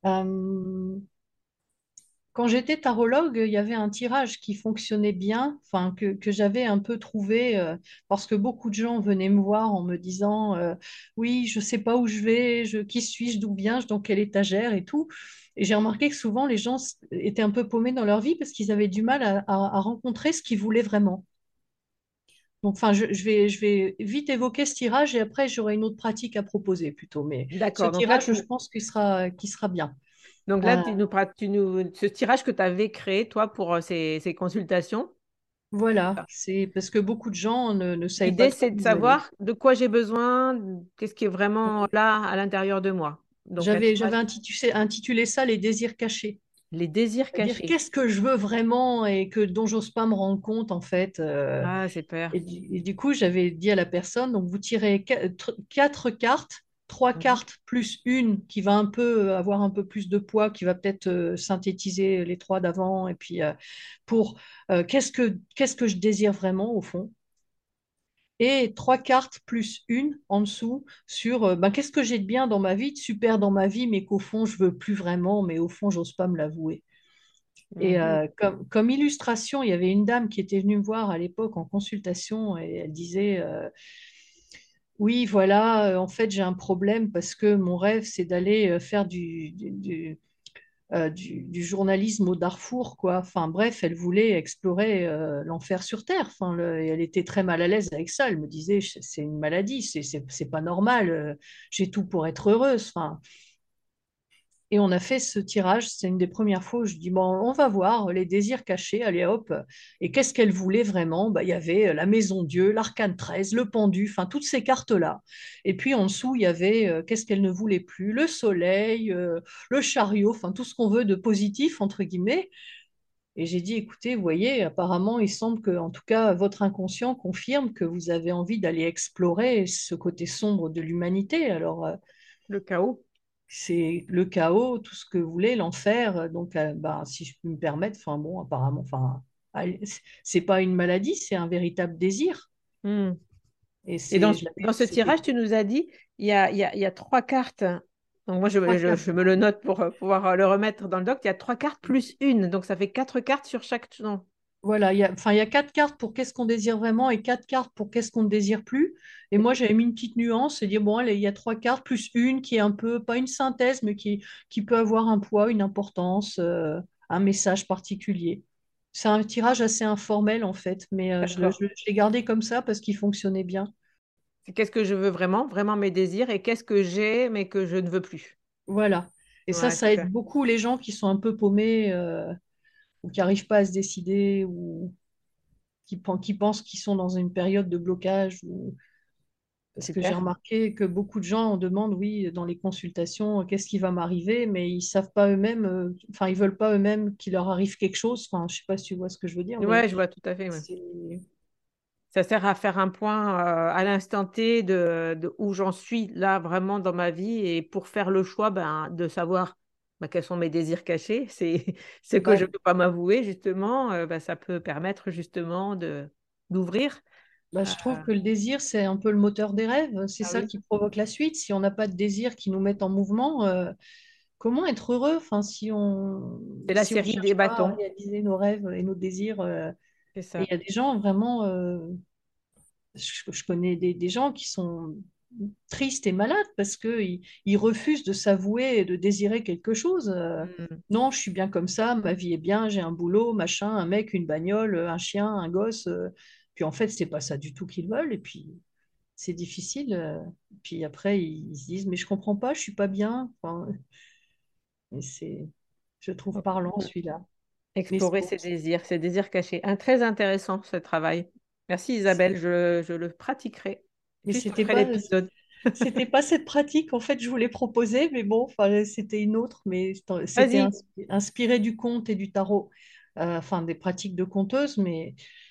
Euh, Quand j'étais tarologue, il y avait un tirage qui fonctionnait bien, enfin que, que j'avais un peu trouvé, euh, parce que beaucoup de gens venaient me voir en me disant euh, oui, je sais pas où je vais, je, qui suis-je, d'où viens-je, dans quelle étagère et tout. Et j'ai remarqué que souvent les gens s- étaient un peu paumés dans leur vie parce qu'ils avaient du mal à, à- à rencontrer ce qu'ils voulaient vraiment. Donc, enfin, je, je vais, je vais vite évoquer ce tirage et après j'aurai une autre pratique à proposer plutôt. Mais ce D'accord. Donc là, tirage, tu, je pense qu'il sera, qu'il sera bien. donc là, Euh, tu nous, pra- tu nous, ce tirage que tu avais créé, toi, pour euh, ces, ces consultations, Voilà, c'est parce que beaucoup de gens ne, ne savaient pas l'idée, trop c'est de où aller. savoir de quoi j'ai besoin, qu'est-ce qui est vraiment là à l'intérieur de moi. Donc, un J'avais, tirage, j'avais intitulé, intitulé ça les désirs cachés. les désirs C'est-à-dire, cachés. qu'est-ce que je veux vraiment et que dont j'ose pas me rendre compte, en fait. euh, Ah, c'est peur. et, du, et du coup, j'avais dit à la personne, donc vous tirez qua- tr- quatre cartes, trois Mhm. cartes plus une qui va un peu euh, avoir un peu plus de poids, qui va peut-être euh, synthétiser les trois d'avant, et puis euh, pour euh, qu'est-ce que, qu'est-ce que je désire vraiment, au fond. Et trois cartes plus une en dessous sur euh, ben, qu'est-ce que j'ai de bien dans ma vie, de super dans ma vie, mais qu'au fond, je veux plus vraiment, mais au fond, j'ose pas me l'avouer. Et Mhm. euh, comme, comme illustration, il y avait une dame qui était venue me voir à l'époque en consultation et elle disait euh, oui, voilà, euh, en fait, j'ai un problème parce que mon rêve, c'est d'aller euh, faire du, du, du, euh, du- du journalisme au Darfour, quoi. Enfin, bref, elle voulait explorer euh, l'enfer sur Terre. Enfin, le- et elle était très mal à l'aise avec ça. Elle me disait, c'est une maladie, c'est c'est- c'est pas normal. euh, J'ai tout pour être heureuse. Enfin, et on a fait ce tirage. C'est une des premières fois où je dis, bon, on va voir les désirs cachés. Allez, hop. Et qu'est-ce qu'elle voulait vraiment? Bah, il y avait la Maison Dieu, l'arcane treize, le pendu, enfin, toutes ces cartes-là. Et puis en dessous, il y avait euh, qu'est-ce qu'elle ne voulait plus? Le soleil, euh, le chariot, enfin, tout ce qu'on veut de positif, entre guillemets. Et j'ai dit, écoutez, vous voyez, apparemment, il semble que, en tout cas, votre inconscient confirme que vous avez envie d'aller explorer ce côté sombre de l'humanité. Alors, euh, Le chaos. c'est le chaos, tout ce que vous voulez, l'enfer. Donc, euh, bah, si je peux me permettre, enfin bon, apparemment, enfin, allez, c'est pas une maladie, c'est un véritable désir. Hmm. Et Et dans, c'est, je l'avais- dans ce c'était tirage, tu nous as dit, il y a, il y a, il y a trois cartes. Donc moi, je, trois je- cartes. je me le note pour euh, pouvoir euh, le remettre dans le doc. Il y a trois cartes plus une. Donc ça fait quatre cartes sur chaque. Non. Voilà, il y a, enfin, il y a quatre cartes pour qu'est-ce qu'on désire vraiment et quatre cartes pour qu'est-ce qu'on ne désire plus. Et moi, j'avais mis une petite nuance et dire, bon, allez, il y a trois cartes plus une qui est un peu, pas une synthèse, mais qui, qui peut avoir un poids, une importance, euh, un message particulier. C'est un tirage assez informel, en fait, mais euh, je, le- D'accord. je- je l'ai gardé comme ça parce qu'il fonctionnait bien. C'est qu'est-ce que je veux vraiment, vraiment mes désirs, et qu'est-ce que j'ai, mais que je ne veux plus. Voilà. Et ça, Ouais, ça aide super. beaucoup les gens qui sont un peu paumés euh, ou qui n'arrivent pas à se décider ou qui, pen- qui pensent qu'ils sont dans une période de blocage ou parce que j'ai Super. remarqué que beaucoup de gens en demandent, oui, dans les consultations, euh, qu'est-ce qui va m'arriver, mais ils savent pas eux-mêmes, euh, enfin, ils veulent pas eux-mêmes qu'il leur arrive quelque chose. Enfin, je sais pas si tu vois ce que je veux dire, mais Ouais, je vois tout à fait. Ouais. c'est Ça sert à faire un point euh, à l'instant T de, de où j'en suis là vraiment dans ma vie et pour faire le choix ben, de savoir ben, quels sont mes désirs cachés. C'est ce que je bah, ne peux pas m'avouer justement. Euh, ben, ça peut permettre justement de d'ouvrir. bah, Euh, je trouve que le désir, c'est un peu le moteur des rêves. C'est ah ça oui, qui provoque la suite. Si on n'a pas de désir qui nous met en mouvement, euh, comment être heureux? Enfin, si on c'est la si on série des cherche pas à bâtons. réaliser nos rêves et nos désirs, euh, C'est et ça. il y a des gens vraiment, euh, je, je connais des, des gens qui sont tristes et malades parce qu'ils ils refusent de s'avouer et de désirer quelque chose. Euh, Mm. non, je suis bien comme ça, ma vie est bien, j'ai un boulot, machin, un mec, une bagnole, un chien, un gosse. euh, Puis en fait, c'est pas ça du tout qu'ils veulent. Et puis c'est difficile. euh, Puis après, ils, ils se disent, mais je comprends pas, je suis pas bien. Enfin, et c'est, je trouve Donc, parlant celui-là. Mais explorer bon, ses désirs, ses désirs cachés. Un très intéressant ce travail. Merci Isabelle, je, je le pratiquerai mais juste c'était après pas, l'épisode. c'était pas cette pratique en fait je voulais proposer, mais bon, enfin c'était une autre, mais c'était Vas-y. ins- inspiré du conte et du tarot, euh, enfin des pratiques de conteuse, mais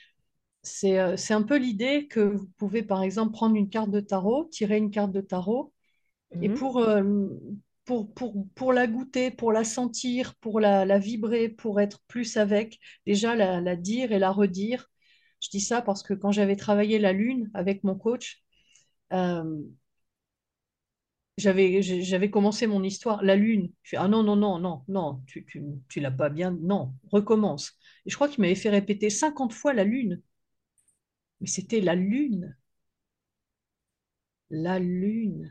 c'est euh, c'est un peu l'idée que vous pouvez par exemple prendre une carte de tarot, tirer une carte de tarot, et Mhm. pour euh, pour, pour, pour la goûter, pour la sentir, pour la, la vibrer, pour être plus avec, déjà la, la dire et la redire. Je dis ça parce que quand j'avais travaillé la lune avec mon coach, euh, j'avais, j'ai- j'avais commencé mon histoire, la lune. Je fais, ah non, non, non, non, non, tu, tu, tu l'as pas bien, non, recommence. Et je crois qu'il m'avait fait répéter cinquante fois la lune. Mais c'était la lune, la lune,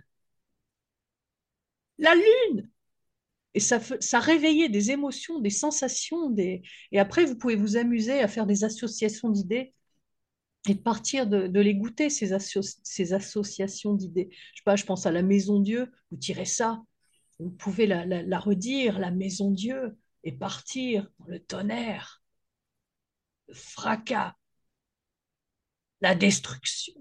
la lune. Et ça, fe- ça réveillait des émotions, des sensations, des... Et après, vous pouvez vous amuser à faire des associations d'idées et de partir de, de les goûter, ces, asso- ces associations d'idées. Je sais pas, je pense à la Maison Dieu, vous tirez ça, vous pouvez la, la, la redire, la Maison Dieu, et partir dans le tonnerre, le fracas, la destruction.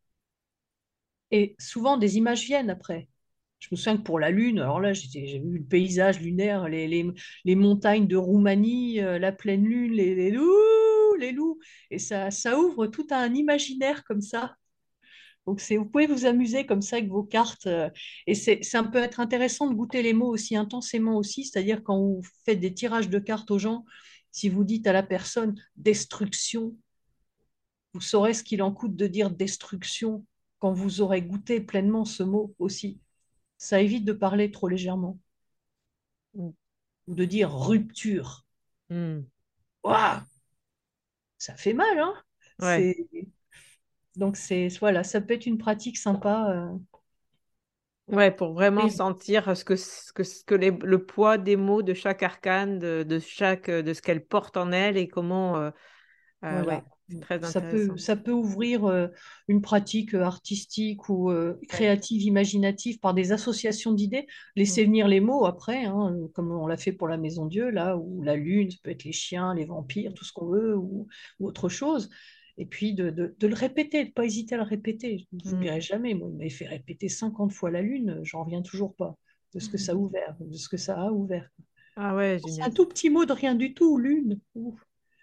Et souvent, des images viennent après. Je me souviens que pour la Lune, alors là, j'étais- j'ai vu le paysage lunaire, les, les, les montagnes de Roumanie, euh, la pleine lune, les, les loups, les loups. Et ça, ça ouvre tout un imaginaire comme ça. Donc, c'est, vous pouvez vous amuser comme ça avec vos cartes. euh, et c'est, c'est un peu être intéressant de goûter les mots aussi intensément aussi. C'est-à-dire quand vous faites des tirages de cartes aux gens, si vous dites à la personne destruction, vous saurez ce qu'il en coûte de dire destruction quand vous aurez goûté pleinement ce mot aussi. Ça évite de parler trop légèrement Mm. ou de dire rupture. Mm. Waouh, ça fait mal, hein? Ouais. C'est donc c'est voilà, ça peut être une pratique sympa. euh. Ouais, pour vraiment Et sentir ce que, ce que, ce que les- le poids des mots de chaque arcane, de, de chaque, de ce qu'elle porte en elle et comment. Euh, euh, voilà, ouais, c'est très ça peut intéressant. ça peut ouvrir euh, une pratique euh, artistique ou euh, Ouais. créative, imaginative par des associations d'idées. Mm. Laisser venir les mots après, hein, comme on l'a fait pour la Maison Dieu là, ou la lune, ça peut être les chiens, les vampires, tout ce qu'on veut, ou, ou autre chose. Et puis de, de, de le répéter, de ne pas hésiter à le répéter. Je Mm. n'oublierai jamais. Moi, il m'avait fait répéter cinquante fois la lune, j'en reviens toujours pas de ce que ça a ouvert, de ce que ça a ouvert. Ah ouais, C'est un génial. tout petit mot de rien du tout, lune. Ouf.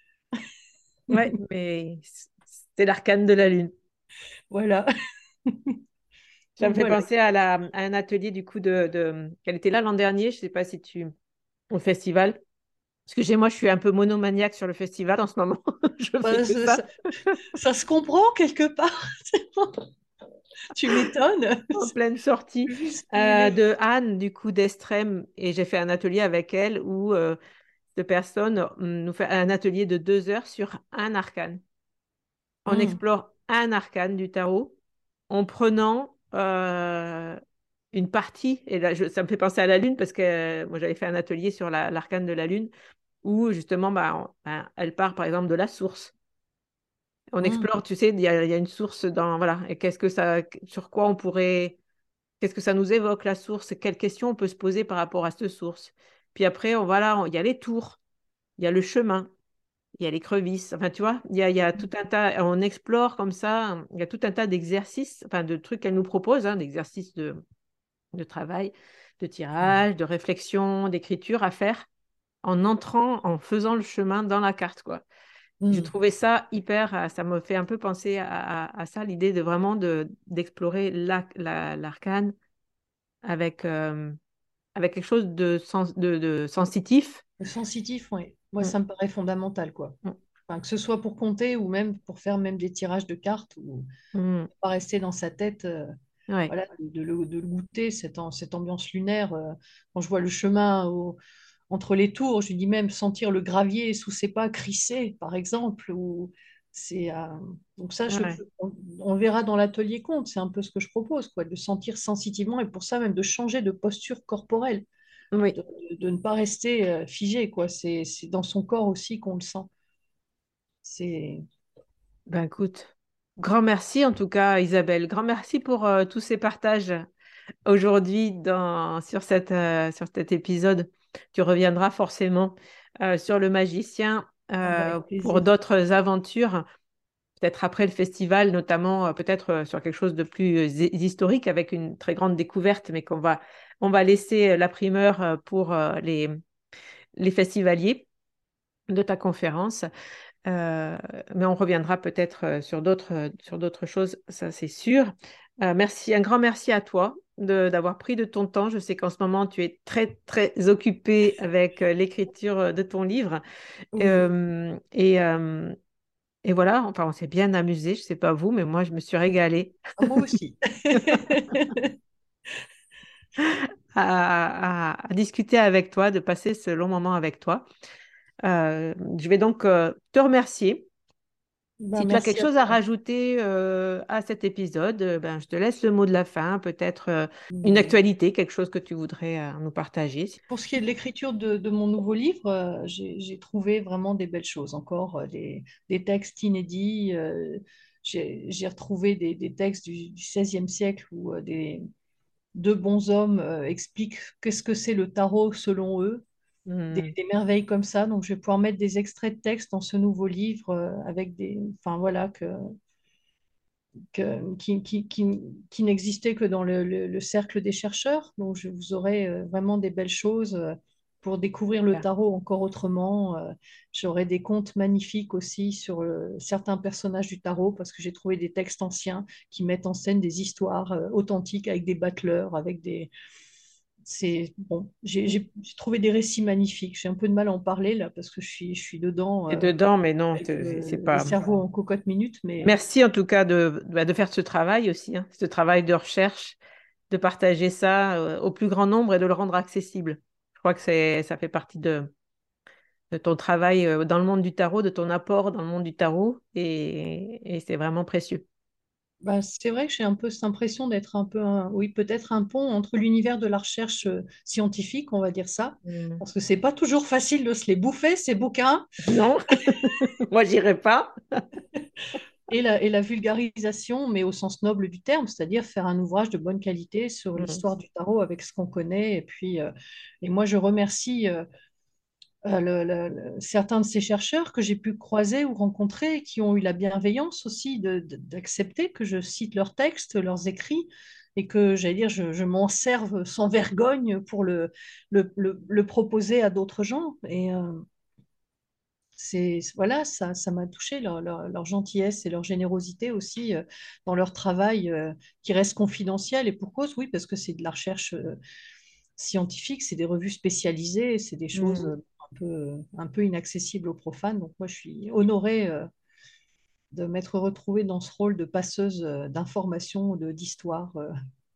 Ouais, mais c'est l'arcane de la lune. Voilà. Ça me Donc fait voilà. penser à, la, à un atelier du coup de, de... Elle était là l'an dernier, je sais pas si tu... au festival. Parce que chez moi, je suis un peu monomaniaque sur le festival en ce moment. Je fais Bah, que ça, ça. ça- ça se comprend quelque part. Tu m'étonnes. En pleine sortie Juste les, euh, les- de Anne, du coup, d'Estrême. Et j'ai fait un atelier avec elle où euh, deux personnes hum, nous fait un atelier de deux heures sur un arcane. On Hmm. explore un arcane du tarot en prenant euh, une partie. Et là, je- ça me fait penser à la Lune parce que euh, moi, j'avais fait un atelier sur la- l'arcane de la Lune où justement, bah, on- ben, elle part par exemple de la source. On Hmm. explore, tu sais, il y a, il y a une source dans, voilà, et qu'est-ce que ça, sur quoi on pourrait, qu'est-ce que ça nous évoque, la source, quelles questions on peut se poser par rapport à cette source. Puis après, on, voilà, on- il y a les tours, il y a le chemin, il y a les crevisses, enfin, tu vois, il y a, il y a tout un tas, on explore comme ça, il y a tout un tas d'exercices, enfin, de trucs qu'elle nous propose, hein, d'exercices de, de travail, de tirage, de réflexion, d'écriture à faire en entrant, en faisant le chemin dans la carte, quoi. Je Hmm. trouvais ça hyper, euh, ça me fait un peu penser à, à- à ça, l'idée de vraiment de, d'explorer la- la- l'arcane avec, euh, avec quelque chose de, sens, de, de sensitif. Le sensitif, oui. Moi, Mm, ça me paraît fondamental, quoi. mm, Enfin, que ce soit pour compter ou même pour faire même des tirages de cartes ou mm. pas rester dans sa tête, euh, Ouais, voilà, de, de le, de le goûter, cette, am- cette ambiance lunaire. euh, quand je vois le chemin au- entre les tours, je dis même sentir le gravier sous ses pas crisser, par exemple. Ou c'est, euh, donc ça, je, ouais, on, on le verra dans l'atelier compte, c'est un peu ce que je propose, quoi, de sentir sensitivement et pour ça même de changer de posture corporelle, oui. de, de- de ne pas rester euh, figé, quoi. C'est, c'est dans son corps aussi qu'on le sent. C'est Ben écoute, grand merci en tout cas, Isabelle. Grand merci pour euh, tous ces partages aujourd'hui dans, sur cette, euh, sur cet épisode. Tu reviendras forcément euh, sur le magicien ah bah, euh, avec pour plaisir. d'autres aventures. Peut-être après le festival, notamment euh, peut-être euh, sur quelque chose de plus euh, hi- historique avec une très grande découverte, mais qu'on va, on va laisser euh, la primeur euh, pour euh, les, les festivaliers de ta conférence. Euh, mais on reviendra peut-être euh, sur d'autres euh, sur d'autres choses, ça c'est sûr. Euh, merci, un grand merci à toi de, d'avoir pris de ton temps. Je sais qu'en ce moment, tu es très, très occupé avec euh, l'écriture euh, de ton livre. Oui, Euh, et, euh, et voilà, enfin, on s'est bien amusé. Je sais pas vous, mais moi, je me suis régalée. ah, moi aussi. à, à- à discuter avec toi, de passer ce long moment avec toi. Euh, je vais donc euh, te remercier. Ben, Si tu as quelque merci à chose à toi. rajouter euh, à cet épisode, euh, ben, je te laisse le mot de la fin, peut-être euh, une Hmm. actualité, quelque chose que tu voudrais euh, nous partager. Pour ce qui est de l'écriture de, de mon nouveau livre, euh, j'ai j'ai trouvé vraiment des belles choses. Encore euh, des, des textes inédits. euh, j'ai j'ai retrouvé des, des textes du, du seizième siècle où euh, des deux bons hommes euh, expliquent qu'est-ce que c'est le tarot selon eux. Des, Hmm. des merveilles comme ça. Donc, je vais pouvoir mettre des extraits de texte dans ce nouveau livre euh, avec des, enfin voilà, que, que- qui, qui, qui, qui n'existait que dans le, le- le cercle des chercheurs. Donc, je vous aurai euh, vraiment des belles choses euh, pour découvrir le Super. tarot encore autrement. Euh, j'aurai des contes magnifiques aussi sur euh, certains personnages du tarot parce que j'ai trouvé des textes anciens qui mettent en scène des histoires euh, authentiques avec des battleurs, avec des... C'est bon, j'ai j'ai- j'ai trouvé des récits magnifiques. J'ai un peu de mal à en parler là parce que je suis, je suis dedans Et euh, dedans, mais non, avec te- c'est le, le pas. cerveau en cocotte minute, mais Merci en tout cas de, bah, de faire ce travail aussi, hein, ce travail de recherche, de partager ça euh, au plus grand nombre et de le rendre accessible. Je crois que c'est, ça fait partie de, de ton travail euh, dans le monde du tarot, de ton apport dans le monde du tarot, et, et c'est vraiment précieux. bah, c'est vrai que j'ai un peu cette impression d'être un peu, un- oui, peut-être un pont entre l'univers de la recherche euh, scientifique, on va dire ça, Mm. parce que c'est pas toujours facile de se les bouffer, ces bouquins, Non, moi j'irai pas. et la, et la vulgarisation, mais au sens noble du terme, c'est-à-dire faire un ouvrage de bonne qualité sur Mm. l'histoire du tarot avec ce qu'on connaît. Et puis, euh, et moi, je remercie euh, euh, le- le- le- certains de ces chercheurs que j'ai pu croiser ou rencontrer, qui ont eu la bienveillance aussi de- de- d'accepter que je cite leurs textes, leurs écrits, et que, j'allais dire, je, je m'en serve sans vergogne pour le, le, le- le proposer à d'autres gens. Et euh, c'est, voilà, ça, ça m'a touché, leur, leur- leur gentillesse et leur générosité aussi euh, dans leur travail euh, qui reste confidentiel. Et pour cause, oui, parce que c'est de la recherche euh, scientifique, c'est des revues spécialisées, c'est des choses Mm. euh, un peu, un peu inaccessibles aux profanes. Donc moi, je suis honorée euh, de m'être retrouvée dans ce rôle de passeuse euh, d'informations, de, d'histoire. euh,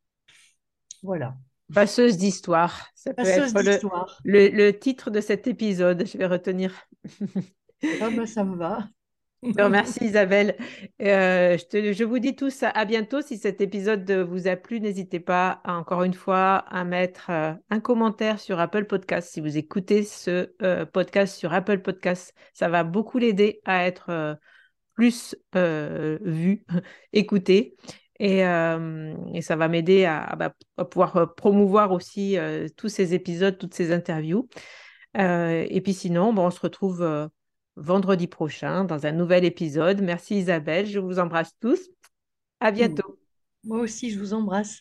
voilà. Passeuse d'histoire, ça peut Passeuse être le, d'histoire. le, le titre de cet épisode, je vais retenir. Ah bah ça me va. Je te remercie Isabelle. Euh, je, te- je vous dis tous à, à bientôt. Si cet épisode vous a plu, n'hésitez pas à, encore une fois à mettre euh, un commentaire sur Apple Podcast. Si vous écoutez ce euh, podcast sur Apple Podcast, ça va beaucoup l'aider à être euh, plus euh, vu, écouté. Et, euh, et ça va m'aider à, à, bah, à pouvoir euh, promouvoir aussi euh, tous ces épisodes, toutes ces interviews. Euh, et puis sinon, bon, on se retrouve euh, vendredi prochain dans un nouvel épisode. Merci Isabelle, je vous embrasse tous. À bientôt. Moi aussi, je vous embrasse.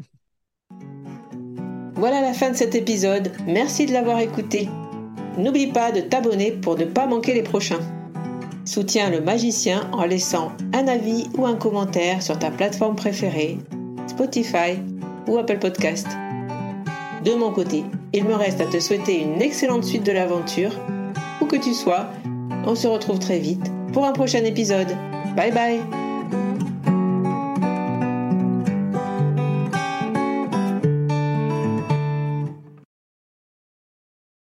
Voilà la fin de cet épisode. Merci de l'avoir écouté. N'oublie pas de t'abonner pour ne pas manquer les prochains. Soutiens le magicien en laissant un avis ou un commentaire sur ta plateforme préférée, Spotify ou Apple Podcast. De mon côté, il me reste à te souhaiter une excellente suite de l'aventure. Où que tu sois, on se retrouve très vite pour un prochain épisode. Bye bye!